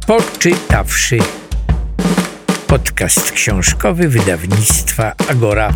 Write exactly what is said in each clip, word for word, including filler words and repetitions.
Poczytawszy. Podcast książkowy wydawnictwa Agora.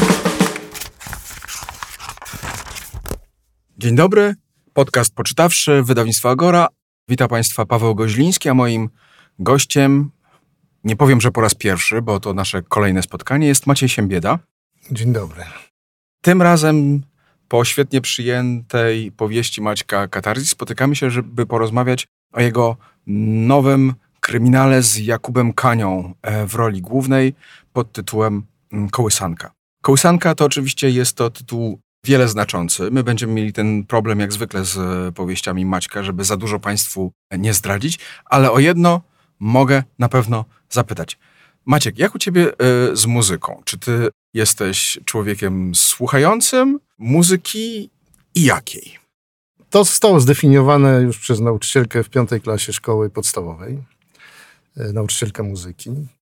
Dzień dobry, podcast Poczytawszy, wydawnictwa Agora. Witam Państwa Paweł Goźliński, a moim gościem, nie powiem, że po raz pierwszy, bo to nasze kolejne spotkanie, jest Maciej Siembieda. Dzień dobry. Tym razem po świetnie przyjętej powieści Maćka Katarzys spotykamy się, żeby porozmawiać o jego nowym kryminale z Jakubem Kanią w roli głównej pod tytułem Kołysanka. Kołysanka to oczywiście jest to tytuł wiele znaczący. My będziemy mieli ten problem jak zwykle z powieściami Maćka, żeby za dużo Państwu nie zdradzić, ale o jedno mogę na pewno zapytać. Maciek, jak u Ciebie y, z muzyką? Czy Ty jesteś człowiekiem słuchającym muzyki i jakiej? To zostało zdefiniowane już przez nauczycielkę w piątej klasie szkoły podstawowej, y, nauczycielkę muzyki,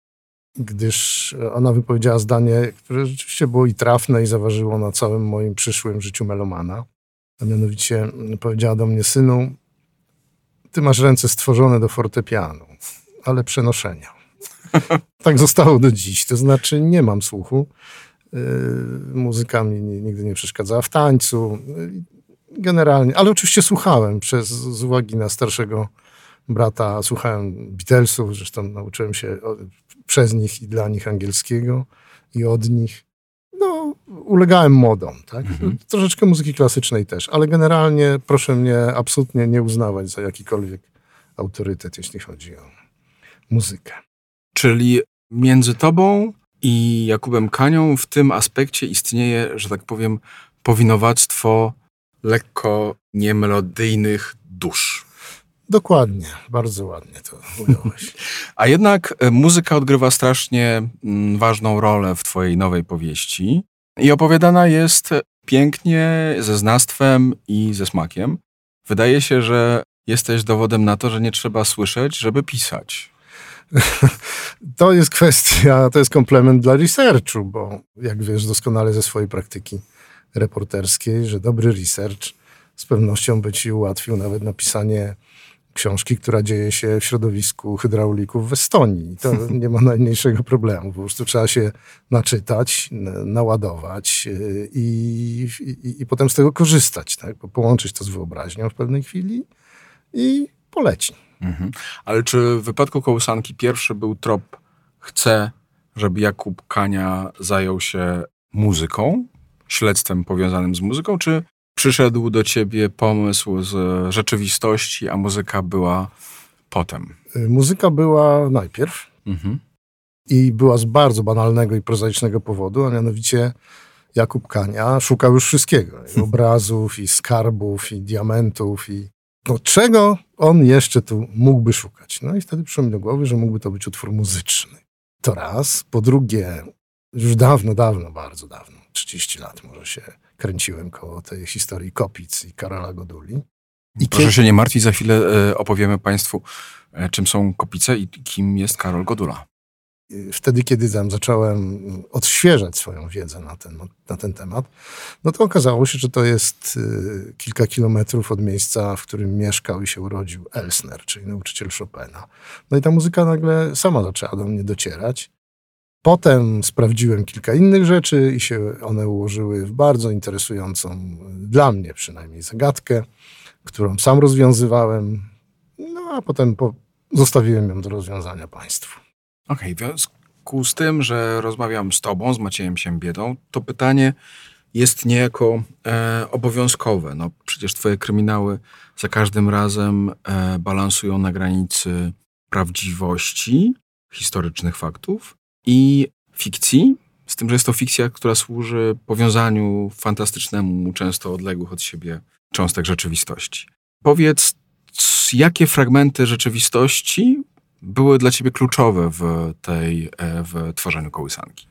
gdyż ona wypowiedziała zdanie, które rzeczywiście było i trafne i zaważyło na całym moim przyszłym życiu melomana. A mianowicie powiedziała do mnie: synu, ty masz ręce stworzone do fortepianu, ale przenoszenia. Tak zostało do dziś. To znaczy nie mam słuchu. Yy, muzyka mi nigdy nie przeszkadzała w tańcu. Yy, generalnie, ale oczywiście słuchałem przez, z uwagi na starszego brata. Słuchałem Beatlesów, zresztą nauczyłem się od, przez nich i dla nich angielskiego i od nich. No, ulegałem modom, tak? Mhm. Troszeczkę muzyki klasycznej też, ale generalnie proszę mnie absolutnie nie uznawać za jakikolwiek autorytet, jeśli chodzi o muzykę. Czyli między tobą i Jakubem Kanią w tym aspekcie istnieje, że tak powiem, powinowactwo lekko niemelodyjnych dusz. Dokładnie, bardzo ładnie to ująłeś. A jednak muzyka odgrywa strasznie ważną rolę w twojej nowej powieści i opowiadana jest pięknie, ze znawstwem i ze smakiem. Wydaje się, że jesteś dowodem na to, że nie trzeba słyszeć, żeby pisać. To jest kwestia, to jest komplement dla researchu, bo jak wiesz doskonale ze swojej praktyki reporterskiej, że dobry research z pewnością by ci ułatwił nawet napisanie książki, która dzieje się w środowisku hydraulików w Estonii. To nie ma najmniejszego problemu. Po prostu trzeba się naczytać, naładować i, i, i potem z tego korzystać. Tak? Połączyć to z wyobraźnią w pewnej chwili i poleci. Mhm. Ale czy w wypadku Kołysanki pierwszy był trop chce, żeby Jakub Kania zajął się muzyką, śledztwem powiązanym z muzyką, czy przyszedł do ciebie pomysł z rzeczywistości, a muzyka była potem? Muzyka była najpierw mhm. i była z bardzo banalnego i prozaicznego powodu, a mianowicie Jakub Kania szukał już wszystkiego. I obrazów, i skarbów, i diamentów, i no, czego on jeszcze tu mógłby szukać? No i wtedy przyszło mi do głowy, że mógłby to być utwór muzyczny. To raz. Po drugie, już dawno, dawno, bardzo dawno, trzydzieści lat może się kręciłem koło tej historii Kopic i Karola Goduli. I Proszę kiedy... się nie martwić, za chwilę opowiemy Państwu, czym są Kopice i kim jest Karol Godula. Wtedy, kiedy tam zacząłem odświeżać swoją wiedzę na ten, na ten temat, no to okazało się, że to jest y, kilka kilometrów od miejsca, w którym mieszkał i się urodził Elsner, czyli nauczyciel Chopina. No i ta muzyka nagle sama zaczęła do mnie docierać. Potem sprawdziłem kilka innych rzeczy i się one ułożyły w bardzo interesującą, dla mnie przynajmniej, zagadkę, którą sam rozwiązywałem, no a potem po, zostawiłem ją do rozwiązania państwu. Okej, okay, w związku z tym, że rozmawiam z tobą, z Maciejem Siembiedą, to pytanie jest niejako e, obowiązkowe. No, przecież twoje kryminały za każdym razem e, balansują na granicy prawdziwości, historycznych faktów i fikcji, z tym, że jest to fikcja, która służy powiązaniu fantastycznemu, często odległych od siebie cząstek rzeczywistości. Powiedz, jakie fragmenty rzeczywistości były dla ciebie kluczowe w tej, w tworzeniu Kołysanki?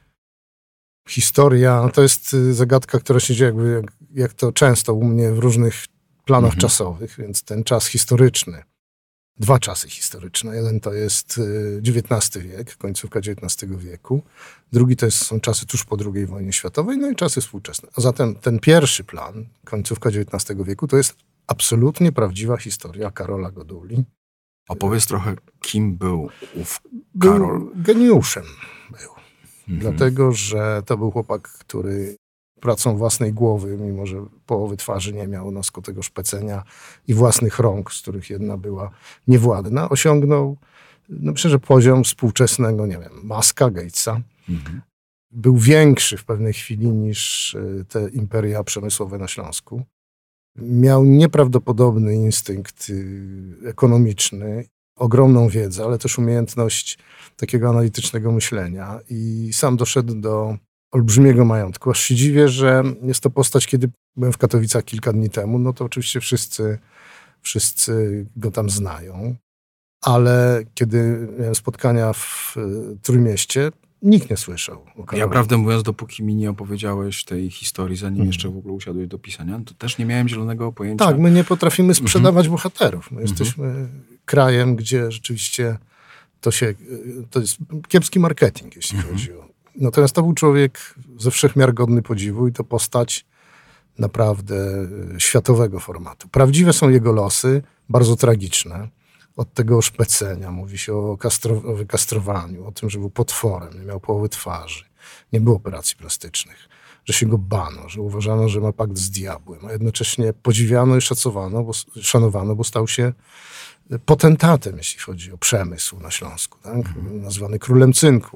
Historia to jest zagadka, która się dzieje jakby, jak, jak to często u mnie w różnych planach mhm. czasowych, więc ten czas historyczny, dwa czasy historyczne. Jeden to jest dziewiętnasty wiek, końcówka dziewiętnastego wieku. Drugi to jest, są czasy tuż po drugiej wojnie światowej, no i czasy współczesne. A zatem ten pierwszy plan, końcówka dziewiętnastego wieku, to jest absolutnie prawdziwa historia Karola Goduli. Opowiedz trochę, kim był ów Był Karol. geniuszem. Był. Mhm. Dlatego, że to był chłopak, który pracą własnej głowy, mimo że połowy twarzy nie miał na skutek tego szpecenia i własnych rąk, z których jedna była niewładna, osiągnął no myślę, że poziom współczesnego, nie wiem, Muska, Gatesa. Mhm. Był większy w pewnej chwili niż te imperia przemysłowe na Śląsku. Miał nieprawdopodobny instynkt ekonomiczny, ogromną wiedzę, ale też umiejętność takiego analitycznego myślenia i sam doszedł do olbrzymiego majątku. Aż się dziwię, że jest to postać, kiedy byłem w Katowicach kilka dni temu, no to oczywiście wszyscy, wszyscy go tam znają, ale kiedy miałem spotkania w Trójmieście, nikt nie słyszał. Ja prawdę mówiąc, dopóki mi nie opowiedziałeś tej historii, zanim Mhm. jeszcze w ogóle usiadłeś do pisania, to też nie miałem zielonego pojęcia. Tak, my nie potrafimy sprzedawać Mhm. bohaterów. My Mhm. jesteśmy krajem, gdzie rzeczywiście to się, to jest kiepski marketing, jeśli Mhm. chodzi o... Natomiast to był człowiek ze wszechmiar godny podziwu i to postać naprawdę światowego formatu. Prawdziwe są jego losy, bardzo tragiczne. Od tego oszpecenia, mówi się o, kastro, o wykastrowaniu, o tym, że był potworem, nie miał połowy twarzy, nie było operacji plastycznych, że się go bano, że uważano, że ma pakt z diabłem, a jednocześnie podziwiano i szacowano, bo, szanowano, bo stał się potentatem, jeśli chodzi o przemysł na Śląsku, tak? Mhm. Nazwany królem cynku.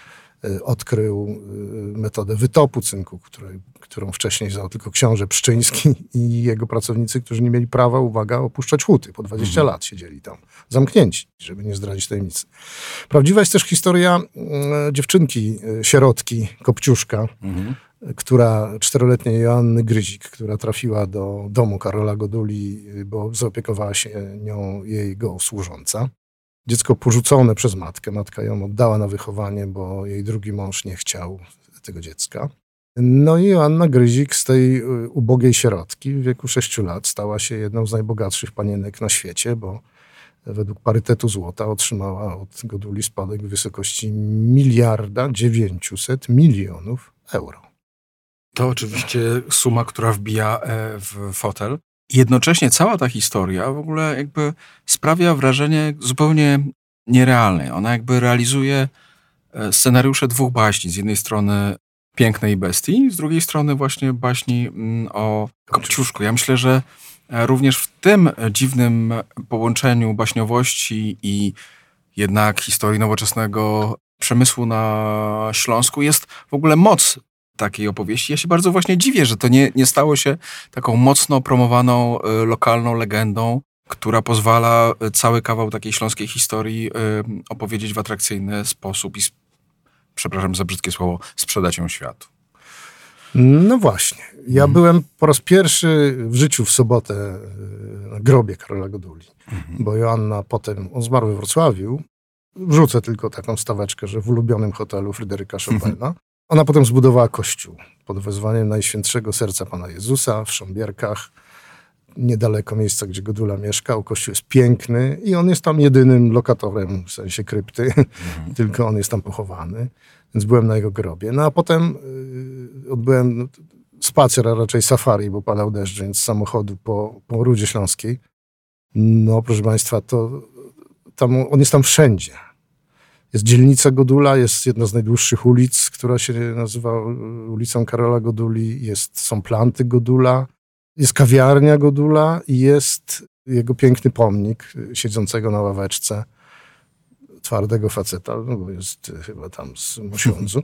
Odkrył metodę wytopu cynku, której, którą wcześniej znał tylko książę Pszczyński i jego pracownicy, którzy nie mieli prawa, uwaga, opuszczać huty. Po dwadzieścia mhm. lat siedzieli tam, zamknięci, żeby nie zdradzić tajemnicy. Prawdziwa jest też historia e, dziewczynki, e, sierotki, Kopciuszka, mhm. która, czteroletniej Joanny Gryzik, która trafiła do domu Karola Goduli, bo zaopiekowała się nią jego służąca. Dziecko porzucone przez matkę. Matka ją oddała na wychowanie, bo jej drugi mąż nie chciał tego dziecka. No i Joanna Gryzik z tej ubogiej sierotki w wieku sześciu lat stała się jedną z najbogatszych panienek na świecie, bo według parytetu złota otrzymała od Goduli spadek w wysokości miliarda dziewięciuset milionów euro. To oczywiście suma, która wbija w fotel. Jednocześnie cała ta historia w ogóle jakby sprawia wrażenie zupełnie nierealnej. Ona jakby realizuje scenariusze dwóch baśni. Z jednej strony Pięknej Bestii, z drugiej strony właśnie baśni o Kopciuszku. Ja myślę, że również w tym dziwnym połączeniu baśniowości i jednak historii nowoczesnego przemysłu na Śląsku jest w ogóle moc takiej opowieści. Ja się bardzo właśnie dziwię, że to nie, nie stało się taką mocno promowaną y, lokalną legendą, która pozwala cały kawał takiej śląskiej historii y, opowiedzieć w atrakcyjny sposób i, sp- przepraszam za brzydkie słowo, sprzedać ją światu. No właśnie. Ja mhm. byłem po raz pierwszy w życiu w sobotę na grobie Karola Goduli, mhm. bo Joanna potem, on zmarł we Wrocławiu. Wrzucę tylko taką staweczkę, że w ulubionym hotelu Fryderyka Chopina. Mhm. Ona potem zbudowała kościół pod wezwaniem Najświętszego Serca Pana Jezusa w Sząbierkach, niedaleko miejsca, gdzie Godula mieszkał. Kościół jest piękny i on jest tam jedynym lokatorem, w sensie krypty, mhm. tylko on jest tam pochowany, więc byłem na jego grobie. No a potem y, odbyłem spacer, a raczej safari, bo padał deszcz, więc z samochodu po, po Rudzie Śląskiej. No proszę Państwa, to tam, on jest tam wszędzie. Jest dzielnica Godula, jest jedna z najdłuższych ulic, która się nazywa ulicą Karola Goduli. Jest, są planty Godula, jest kawiarnia Godula i jest jego piękny pomnik siedzącego na ławeczce twardego faceta, no bo jest chyba tam z Mosiądzu,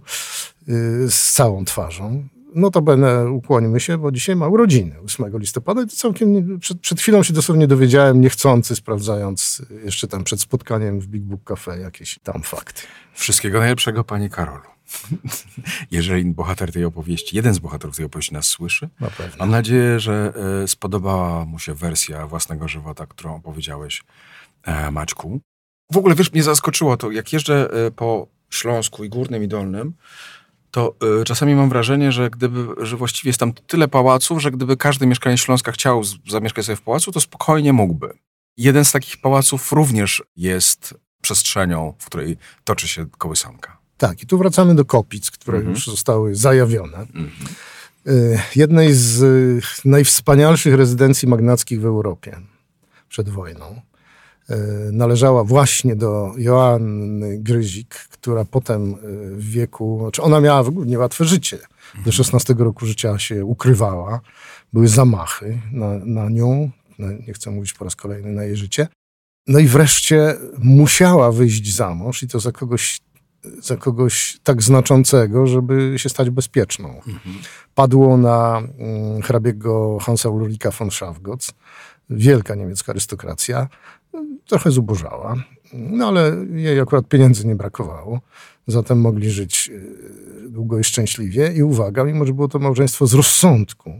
z całą twarzą. No to będę, ukłonimy się, bo dzisiaj ma urodziny ósmego listopada i to całkiem, nie, przed, przed chwilą się dosłownie dowiedziałem, niechcący, sprawdzając jeszcze tam przed spotkaniem w Big Book Cafe jakieś tam fakty. Wszystkiego najlepszego, panie Karolu. Jeżeli bohater tej opowieści, jeden z bohaterów tej opowieści nas słyszy, na pewno. Mam nadzieję, że y, spodobała mu się wersja własnego żywota, którą opowiedziałeś, e, Maćku. W ogóle, wiesz, mnie zaskoczyło to, jak jeżdżę y, po Śląsku i Górnym i Dolnym, to y, czasami mam wrażenie, że gdyby, że właściwie jest tam tyle pałaców, że gdyby każdy mieszkaniec Śląska chciał z, zamieszkać sobie w pałacu, to spokojnie mógłby. Jeden z takich pałaców również jest przestrzenią, w której toczy się kołysanka. Tak, i tu wracamy do Kopic, które mm-hmm. już zostały zajawione. Mm-hmm. Y, jednej z y, najwspanialszych rezydencji magnackich w Europie przed wojną. należała właśnie do Joanny Gryzik, która potem w wieku, znaczy ona miała w ogóle niełatwe życie. Do szesnastego roku życia się ukrywała. Były zamachy na, na nią, no, nie chcę mówić po raz kolejny, na jej życie. No i wreszcie musiała wyjść za mąż i to za kogoś, za kogoś tak znaczącego, żeby się stać bezpieczną. Mhm. Padło na mm, hrabiego Hansa Ulrika von Schafgotz, wielka niemiecka arystokracja, trochę zubożała, no ale jej akurat pieniędzy nie brakowało, zatem mogli żyć długo i szczęśliwie i uwaga, mimo że było to małżeństwo z rozsądku,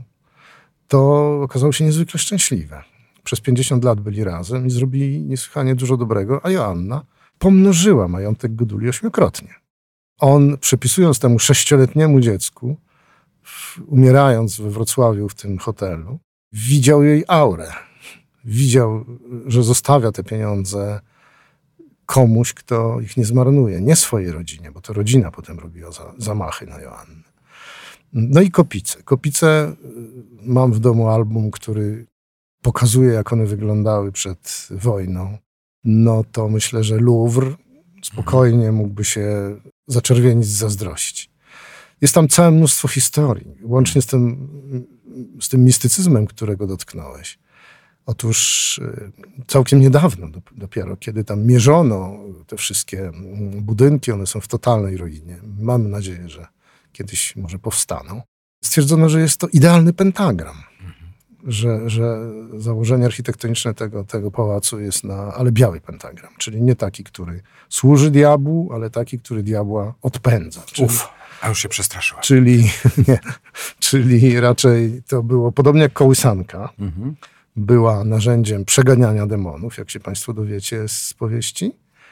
to okazało się niezwykle szczęśliwe. Przez pięćdziesiąt lat byli razem i zrobili niesłychanie dużo dobrego, a Joanna pomnożyła majątek Goduli ośmiokrotnie. On, przypisując temu sześcioletniemu dziecku, umierając we Wrocławiu w tym hotelu, widział jej aurę. Widział, że zostawia te pieniądze komuś, kto ich nie zmarnuje. Nie swojej rodzinie, bo to rodzina potem robiła za, zamachy na Joannę. No i Kopice. Kopice, mam w domu album, który pokazuje, jak one wyglądały przed wojną. No to myślę, że Louvre spokojnie mógłby się zaczerwienić z zazdrości. Jest tam całe mnóstwo historii, łącznie z tym, z tym mistycyzmem, którego dotknąłeś. Otóż całkiem niedawno dopiero, kiedy tam mierzono te wszystkie budynki, one są w totalnej ruinie. Mamy nadzieję, że kiedyś może powstaną. Stwierdzono, że jest to idealny pentagram. Że, że założenie architektoniczne tego, tego pałacu jest na, ale biały pentagram, czyli nie taki, który służy diabłu, ale taki, który diabła odpędza. Czyli, Uf, a już się przestraszyłem. Czyli, nie, czyli raczej to było podobnie jak kołysanka. Mhm. Była narzędziem przeganiania demonów, jak się państwo dowiecie z powieści.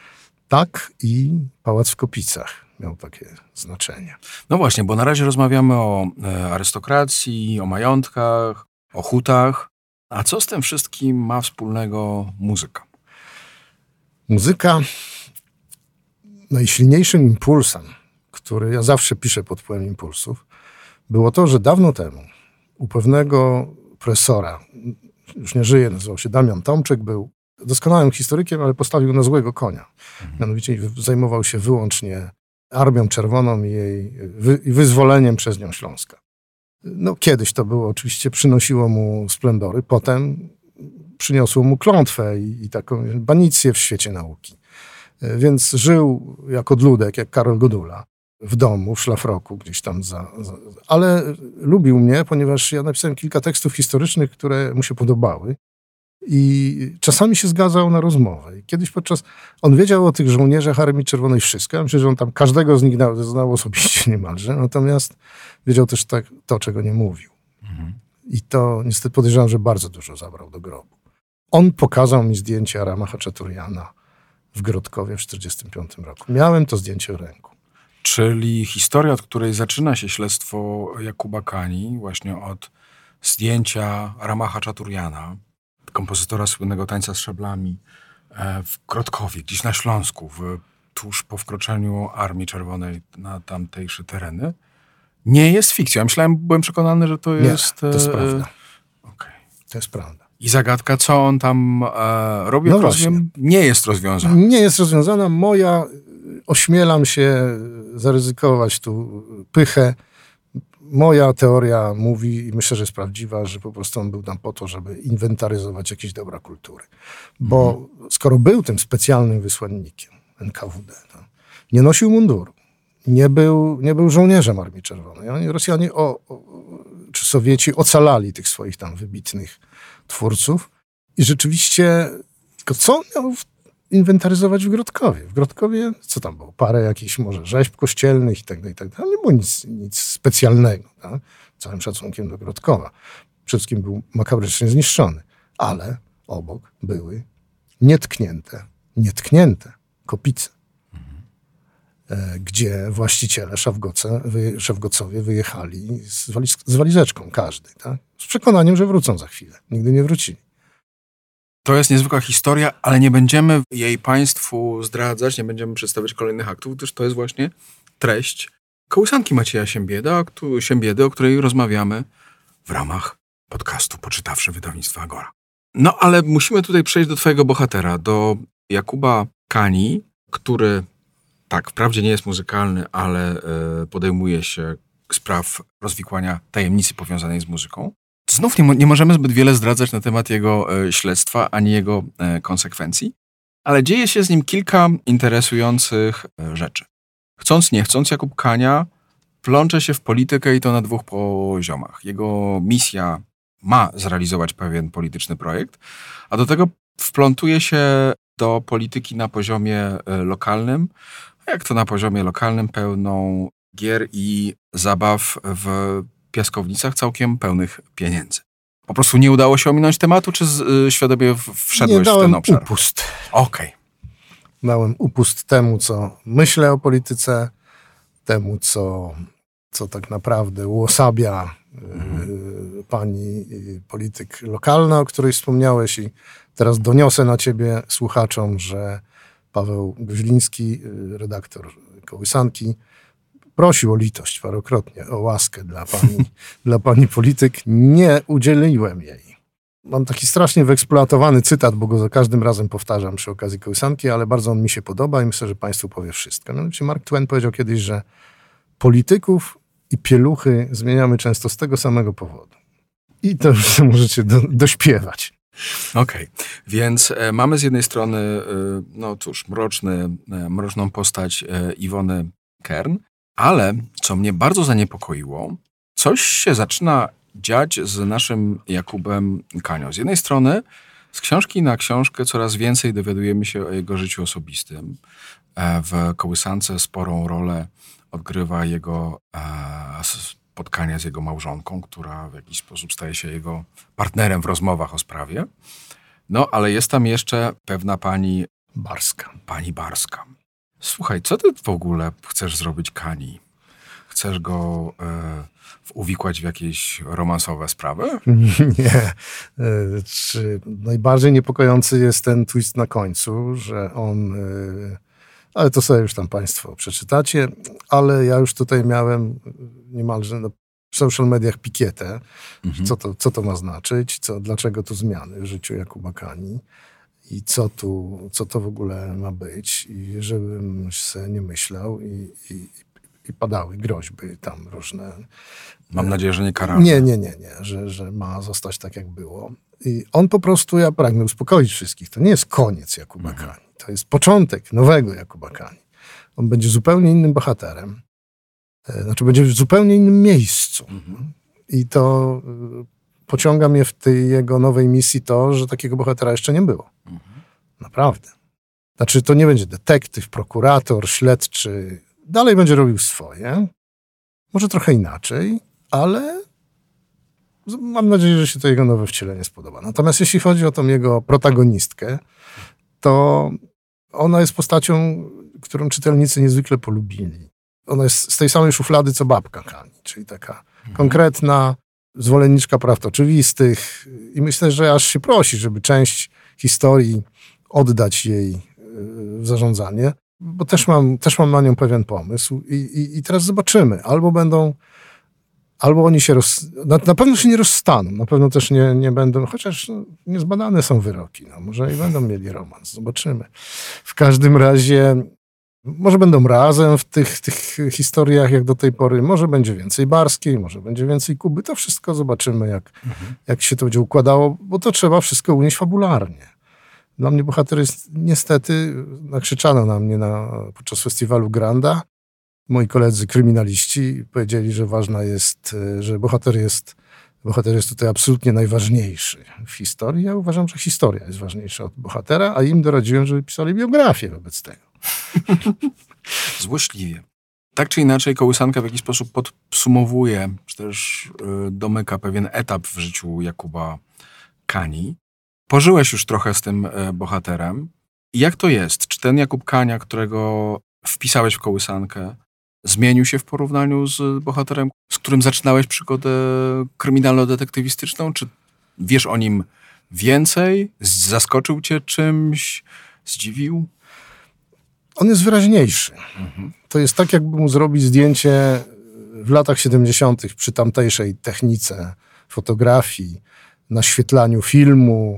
Tak i pałac w Kopicach miał takie znaczenie. No właśnie, bo na razie rozmawiamy o e, arystokracji, o majątkach, o hutach. A co z tym wszystkim ma wspólnego muzyka? Muzyka najsilniejszym impulsem, który ja zawsze piszę pod wpływem impulsów, było to, że dawno temu u pewnego profesora, już nie żyje, nazywał się Damian Tomczyk, był doskonałym historykiem, ale postawił na złego konia. Mhm. Mianowicie zajmował się wyłącznie Armią Czerwoną i jej wy, i wyzwoleniem przez nią Śląska. No kiedyś to było oczywiście, przynosiło mu splendory, potem przyniosło mu klątwę i, i taką banicję w świecie nauki. Więc żył jako odludek, jak Karol Godula, w domu, w szlafroku, gdzieś tam za, za... Ale lubił mnie, ponieważ ja napisałem kilka tekstów historycznych, które mu się podobały i czasami się zgadzał na rozmowę. I kiedyś podczas... On wiedział o tych żołnierzach Armii Czerwonej wszystko. Ja myślę, że on tam każdego z nich znał osobiście niemalże. Natomiast wiedział też tak, to, czego nie mówił. Mhm. I to niestety podejrzewam, że bardzo dużo zabrał do grobu. On pokazał mi zdjęcie Arama Haczaturiana w Grodkowie w czterdziestym piątym roku. Miałem to zdjęcie w ręku. Czyli historia, od której zaczyna się śledztwo Jakuba Kani, właśnie od zdjęcia Arama Haczaturiana, kompozytora słynnego Tańca z szablami, w Grodkowie, gdzieś na Śląsku, w, tuż po wkroczeniu Armii Czerwonej na tamtejsze tereny, nie jest fikcją. Ja myślałem, byłem przekonany, że to jest... Nie, to jest prawda. Okay. To jest prawda. I zagadka, co on tam e, robi, no rozumiem, nie jest rozwiązana. Nie jest rozwiązana. Moja, ośmielam się zaryzykować tu pychę. Moja teoria mówi, i myślę, że jest prawdziwa, że po prostu on był tam po to, żeby inwentaryzować jakieś dobra kultury. Bo mhm. skoro był tym specjalnym wysłannikiem N K W D, to nie nosił munduru. Nie był, nie był żołnierzem Armii Czerwonej. Oni, Rosjanie o, o, czy Sowieci ocalali tych swoich tam wybitnych twórców i rzeczywiście, tylko co on miał inwentaryzować w Grodkowie? W Grodkowie, co tam było? Parę jakichś może rzeźb kościelnych i tak dalej, i tak dalej. Nie było nic, nic specjalnego, tak? Całym szacunkiem do Grodkowa. Przede wszystkim był makabrycznie zniszczony, ale obok były nietknięte, nietknięte Kopice, gdzie właściciele Szafgoce, wy, Szafgocowie wyjechali z, waliz, z walizeczką, każdy, tak? Z przekonaniem, że wrócą za chwilę. Nigdy nie wrócili. To jest niezwykła historia, ale nie będziemy jej państwu zdradzać, nie będziemy przedstawiać kolejnych aktów, gdyż to jest właśnie treść kołysanki Macieja Siembieda, Siembiedy, o której rozmawiamy w ramach podcastu Poczytawszy wydawnictwa Agora. No ale musimy tutaj przejść do twojego bohatera, do Jakuba Kani, który tak, wprawdzie nie jest muzykalny, ale y, podejmuje się spraw rozwikłania tajemnicy powiązanej z muzyką. Znów nie, nie możemy zbyt wiele zdradzać na temat jego y, śledztwa, ani jego y, konsekwencji, ale dzieje się z nim kilka interesujących y, rzeczy. Chcąc, nie chcąc, Jakub Kania plącze się w politykę i to na dwóch poziomach. Jego misja ma zrealizować pewien polityczny projekt, a do tego wplątuje się do polityki na poziomie y, lokalnym, a jak to na poziomie lokalnym, pełną gier i zabaw w piaskownicach całkiem pełnych pieniędzy. Po prostu nie udało się ominąć tematu, czy z, y, świadomie w- wszedłeś Nie w ten dałem obszar? upust. Okej. Okay. Dałem upust temu, co myślę o polityce, temu, co, co tak naprawdę uosabia mhm. y, pani y, polityk lokalna, o której wspomniałeś, i teraz doniosę na ciebie słuchaczom, że Paweł Goźliński, y, redaktor Kołysanki, prosił o litość parokrotnie, o łaskę dla pani, dla pani polityk. Nie udzieliłem jej. Mam taki strasznie wyeksploatowany cytat, bo go za każdym razem powtarzam przy okazji Kołysanki, ale bardzo on mi się podoba i myślę, że państwu powie wszystko. Mianowicie Mark Twain powiedział kiedyś, że polityków i pieluchy zmieniamy często z tego samego powodu. I to już możecie do, dośpiewać. Okej, okay. Więc e, mamy z jednej strony, e, no cóż, mroczny, e, mroczną postać e, Iwony Kern, ale co mnie bardzo zaniepokoiło, coś się zaczyna dziać z naszym Jakubem Kanią. Z jednej strony z książki na książkę coraz więcej dowiadujemy się o jego życiu osobistym. E, w Kołysance sporą rolę odgrywa jego e, spotkania z jego małżonką, która w jakiś sposób staje się jego partnerem w rozmowach o sprawie. No, ale jest tam jeszcze pewna pani Barska. Pani Barska. Słuchaj, co ty w ogóle chcesz zrobić Kani? Chcesz go e, uwikłać w jakieś romansowe sprawy? Nie. E, czy najbardziej niepokojący jest ten twist na końcu, że on... E, ale to sobie już tam państwo przeczytacie. Ale ja już tutaj miałem niemalże na social mediach pikietę. Mhm. Co to, co to ma znaczyć? Co, dlaczego tu zmiany w życiu Jakuba Kani? I co tu, co to w ogóle ma być? I żebym se nie myślał i, i, i padały groźby tam różne. Mam nadzieję, że nie karalne. Nie, nie, nie, nie, że, że ma zostać tak, jak było. I on po prostu, ja pragnę uspokoić wszystkich, to nie jest koniec Jakuba mhm. Kani. To jest początek nowego Jakuba Kani. On będzie zupełnie innym bohaterem. Znaczy będzie w zupełnie innym miejscu. Mhm. I to pociąga mnie w tej jego nowej misji to, że takiego bohatera jeszcze nie było. Mhm. Naprawdę. Znaczy to nie będzie detektyw, prokurator, śledczy. Dalej będzie robił swoje. Może trochę inaczej, ale mam nadzieję, że się to jego nowe wcielenie spodoba. Natomiast jeśli chodzi o tą jego protagonistkę, to ona jest postacią, którą czytelnicy niezwykle polubili. Ona jest z tej samej szuflady, co babka Kani, czyli taka mhm. konkretna zwolenniczka prawd oczywistych. I myślę, że aż się prosi, żeby część historii oddać jej w zarządzanie, bo też mam, też mam na nią pewien pomysł. I, i, i teraz zobaczymy. Albo będą, albo oni się roz, na, na pewno się nie rozstaną, na pewno też nie, nie będą, chociaż no, niezbadane są wyroki, no, może i będą mieli romans, zobaczymy. W każdym razie może będą razem w tych, tych historiach jak do tej pory, może będzie więcej Barskiej, może będzie więcej Kuby, to wszystko zobaczymy, jak, mhm. jak się to będzie układało, bo to trzeba wszystko unieść fabularnie. Dla mnie bohater jest niestety, nakrzyczano na mnie na, podczas festiwalu Granda. Moi koledzy kryminaliści powiedzieli, że ważna jest, że bohater jest, bohater jest tutaj absolutnie najważniejszy w historii. Ja uważam, że historia jest ważniejsza od bohatera, a im doradziłem, żeby pisali biografię wobec tego. Złośliwie. Tak czy inaczej Kołysanka w jakiś sposób podsumowuje, czy też y, domyka pewien etap w życiu Jakuba Kani. Pożyłeś już trochę z tym y, bohaterem. I jak to jest? Czy ten Jakub Kania, którego wpisałeś w Kołysankę, zmienił się w porównaniu z bohaterem, z którym zaczynałeś przygodę kryminalno-detektywistyczną? Czy wiesz o nim więcej? Zaskoczył cię czymś? Zdziwił? On jest wyraźniejszy. Mhm. To jest tak, jakby mu zrobić zdjęcie w latach siedemdziesiątych przy tamtejszej technice fotografii, naświetlaniu filmu,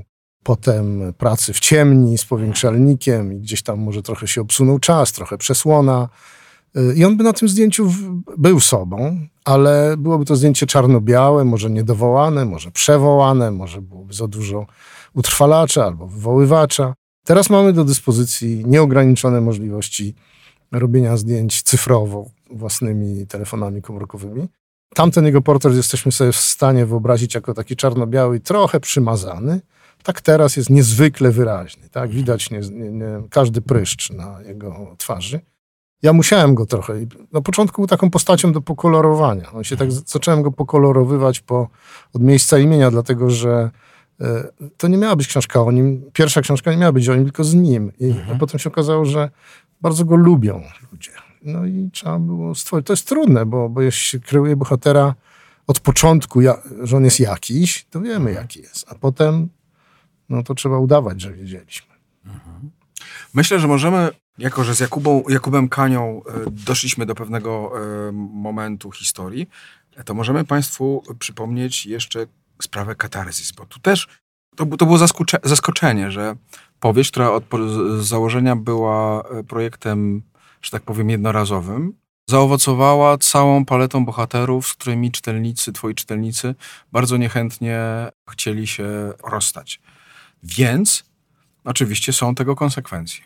potem pracy w ciemni z powiększalnikiem i gdzieś tam może trochę się obsunął czas, trochę przesłona. I on by na tym zdjęciu był sobą, ale byłoby to zdjęcie czarno-białe, może niedowołane, może przewołane, może byłoby za dużo utrwalacza albo wywoływacza. Teraz mamy do dyspozycji nieograniczone możliwości robienia zdjęć cyfrowo własnymi telefonami komórkowymi. Tamten jego portret jesteśmy sobie w stanie wyobrazić jako taki czarno-biały, trochę przymazany. Tak teraz jest niezwykle wyraźny. Tak? Widać nie, nie, nie, każdy pryszcz na jego twarzy. Ja musiałem go trochę. Na początku był taką postacią do pokolorowania. On się tak, zacząłem go pokolorowywać po, od miejsca imienia, dlatego że e, to nie miała być książka o nim. Pierwsza książka nie miała być o nim, tylko z nim. I mhm. potem się okazało, że bardzo go lubią ludzie. No i trzeba było stworzyć. To jest trudne, bo, bo jeśli się kreuje bohatera od początku, ja, że on jest jakiś, to wiemy jaki jest. A potem no to trzeba udawać, że wiedzieliśmy. Mhm. Myślę, że możemy, jako że z Jakubą, Jakubem Kanią doszliśmy do pewnego momentu historii, to możemy Państwu przypomnieć jeszcze sprawę katarzis, bo tu też to, to było zaskoczenie, że powieść, która od założenia była projektem, że tak powiem, jednorazowym, zaowocowała całą paletą bohaterów, z którymi czytelnicy, twoi czytelnicy bardzo niechętnie chcieli się rozstać. Więc oczywiście są tego konsekwencje.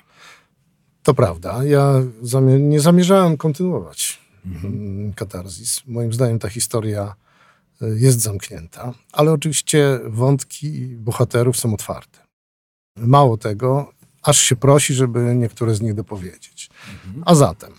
To prawda. Ja zamie- nie zamierzałem kontynuować mhm. katarzis. Moim zdaniem ta historia jest zamknięta, ale oczywiście wątki bohaterów są otwarte. Mało tego, aż się prosi, żeby niektóre z nich dopowiedzieć. Mhm. A zatem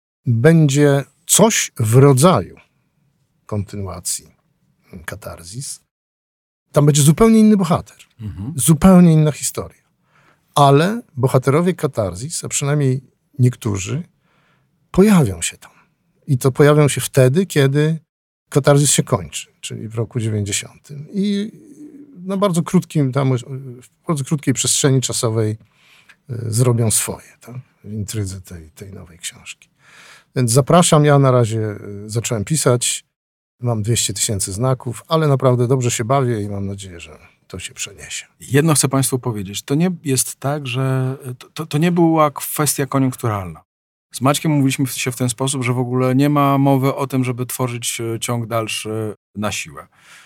będzie coś w rodzaju kontynuacji katarzis. Tam będzie zupełnie inny bohater. Mhm. Zupełnie inna historia. Ale bohaterowie katarzis, a przynajmniej niektórzy, pojawią się tam. I to pojawią się wtedy, kiedy katarzis się kończy, czyli w roku dziewięćdziesiątym. I na bardzo krótkim, tam, w bardzo krótkiej przestrzeni czasowej zrobią swoje, tak? W intrydze tej, tej nowej książki. Więc zapraszam, ja na razie zacząłem pisać, mam dwieście tysięcy znaków, ale naprawdę dobrze się bawię i mam nadzieję, że to się przeniesie. Jedno chcę Państwu powiedzieć, to nie jest tak, że to, to nie była kwestia koniunkturalna. Z Maćkiem mówiliśmy się w ten sposób, że w ogóle nie ma mowy o tym, żeby tworzyć ciąg dalszy na siłę.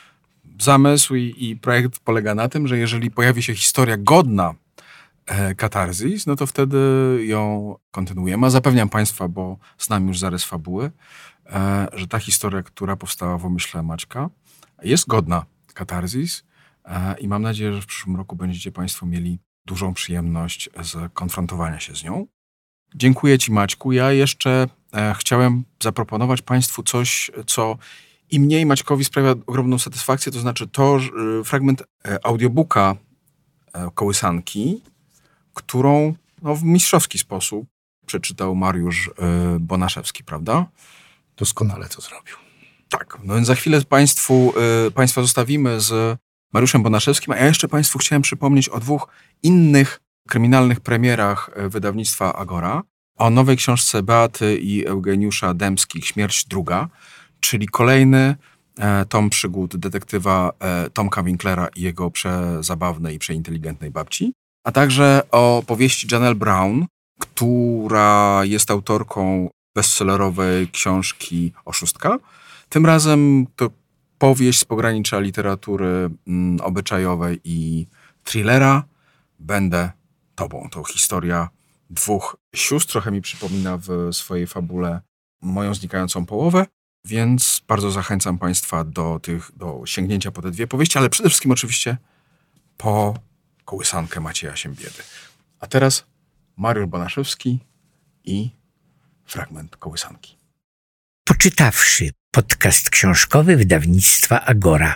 Zamysł i, i projekt polega na tym, że jeżeli pojawi się historia godna e, katarzis, no to wtedy ją kontynuujemy. A zapewniam Państwa, bo znam już zarys fabuły, e, że ta historia, która powstała w umyśle Maćka, jest godna katarzis e, i mam nadzieję, że w przyszłym roku będziecie Państwo mieli dużą przyjemność z konfrontowania się z nią. Dziękuję Ci, Maćku. Ja jeszcze e, chciałem zaproponować Państwu coś, co i mnie, i Maćkowi sprawia ogromną satysfakcję, to znaczy to że, e, fragment e, audiobooka e, Kołysanki, którą no, w mistrzowski sposób przeczytał Mariusz e, Bonaszewski, prawda? Doskonale to zrobił. Tak, no więc za chwilę Państwu, e, Państwa zostawimy z Mariuszem Bonaszewskim, a ja jeszcze Państwu chciałem przypomnieć o dwóch innych kryminalnych premierach wydawnictwa Agora, o nowej książce Beaty i Eugeniusza Dębskich Śmierć druga, czyli kolejny e, tom przygód detektywa e, Tomka Winklera i jego przezabawnej i przeinteligentnej babci, a także o powieści Janelle Brown, która jest autorką bestsellerowej książki Oszustka. Tym razem to powieść z pogranicza literatury mm, obyczajowej i thrillera. Będę tobą. To historia dwóch sióstr. Trochę mi przypomina w swojej fabule moją znikającą połowę, więc bardzo zachęcam Państwa do, tych, do sięgnięcia po te dwie powieści, ale przede wszystkim oczywiście po Kołysankę Macieja Siembiedy. A teraz Mariusz Bonaszewski i fragment Kołysanki. Poczytawszy, podcast książkowy wydawnictwa Agora.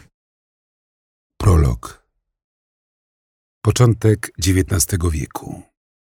Prolog. Początek dziewiętnastego wieku.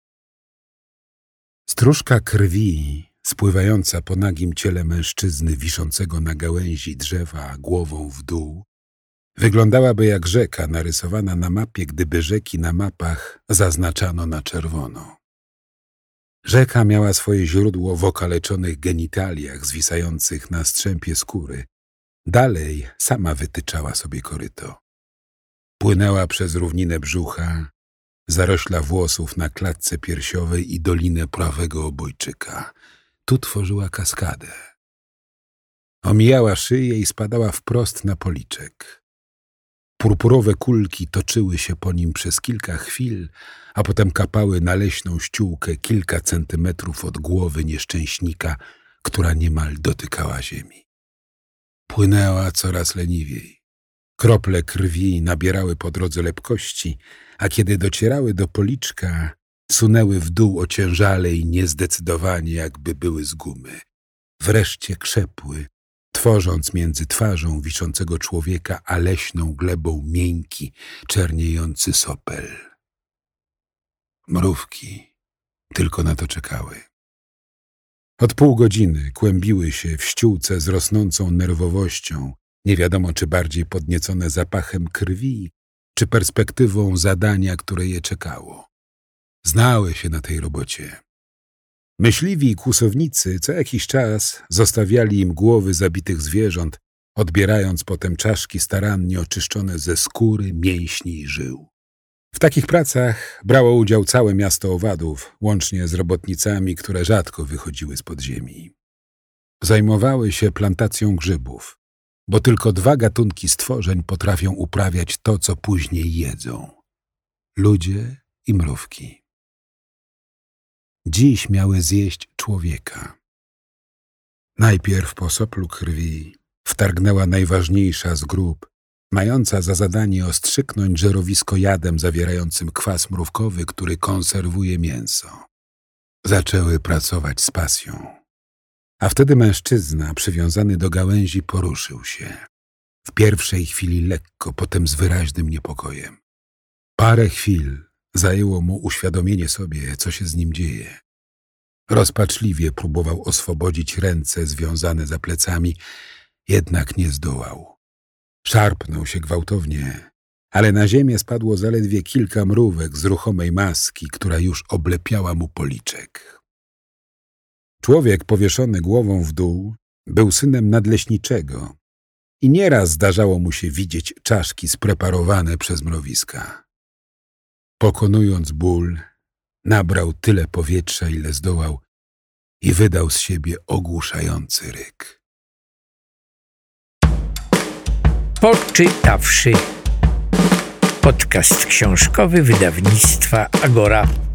Stróżka krwi, spływająca po nagim ciele mężczyzny wiszącego na gałęzi drzewa głową w dół, wyglądałaby jak rzeka narysowana na mapie, gdyby rzeki na mapach zaznaczano na czerwono. Rzeka miała swoje źródło w okaleczonych genitaliach zwisających na strzępie skóry. Dalej sama wytyczała sobie koryto. Płynęła przez równinę brzucha, zarośla włosów na klatce piersiowej i dolinę prawego obojczyka. Tu tworzyła kaskadę. Omijała szyję i spadała wprost na policzek. Purpurowe kulki toczyły się po nim przez kilka chwil, a potem kapały na leśną ściółkę kilka centymetrów od głowy nieszczęśnika, która niemal dotykała ziemi. Płynęła coraz leniwiej. Krople krwi nabierały po drodze lepkości, a kiedy docierały do policzka, sunęły w dół ociężale i niezdecydowanie, jakby były z gumy. Wreszcie krzepły, tworząc między twarzą wiszącego człowieka a leśną glebą miękki, czerniejący sopel. Mrówki tylko na to czekały. Od pół godziny kłębiły się w ściółce z rosnącą nerwowością, nie wiadomo czy bardziej podniecone zapachem krwi, czy perspektywą zadania, które je czekało. Znały się na tej robocie. Myśliwi i kłusownicy co jakiś czas zostawiali im głowy zabitych zwierząt, odbierając potem czaszki starannie oczyszczone ze skóry, mięśni i żył. W takich pracach brało udział całe miasto owadów, łącznie z robotnicami, które rzadko wychodziły z podziemi. Zajmowały się plantacją grzybów, bo tylko dwa gatunki stworzeń potrafią uprawiać to, co później jedzą – ludzie i mrówki. Dziś miały zjeść człowieka. Najpierw po soplu krwi wtargnęła najważniejsza z grup, mająca za zadanie ostrzyknąć żerowisko jadem zawierającym kwas mrówkowy, który konserwuje mięso. Zaczęły pracować z pasją. A wtedy mężczyzna przywiązany do gałęzi poruszył się. W pierwszej chwili lekko, potem z wyraźnym niepokojem. Parę chwil zajęło mu uświadomienie sobie, co się z nim dzieje. Rozpaczliwie próbował oswobodzić ręce związane za plecami, jednak nie zdołał. Szarpnął się gwałtownie, ale na ziemię spadło zaledwie kilka mrówek z ruchomej maski, która już oblepiała mu policzek. Człowiek powieszony głową w dół był synem nadleśniczego i nieraz zdarzało mu się widzieć czaszki spreparowane przez mrowiska. Pokonując ból, nabrał tyle powietrza, ile zdołał i wydał z siebie ogłuszający ryk. Poczytawszy. Podcast książkowy wydawnictwa Agora.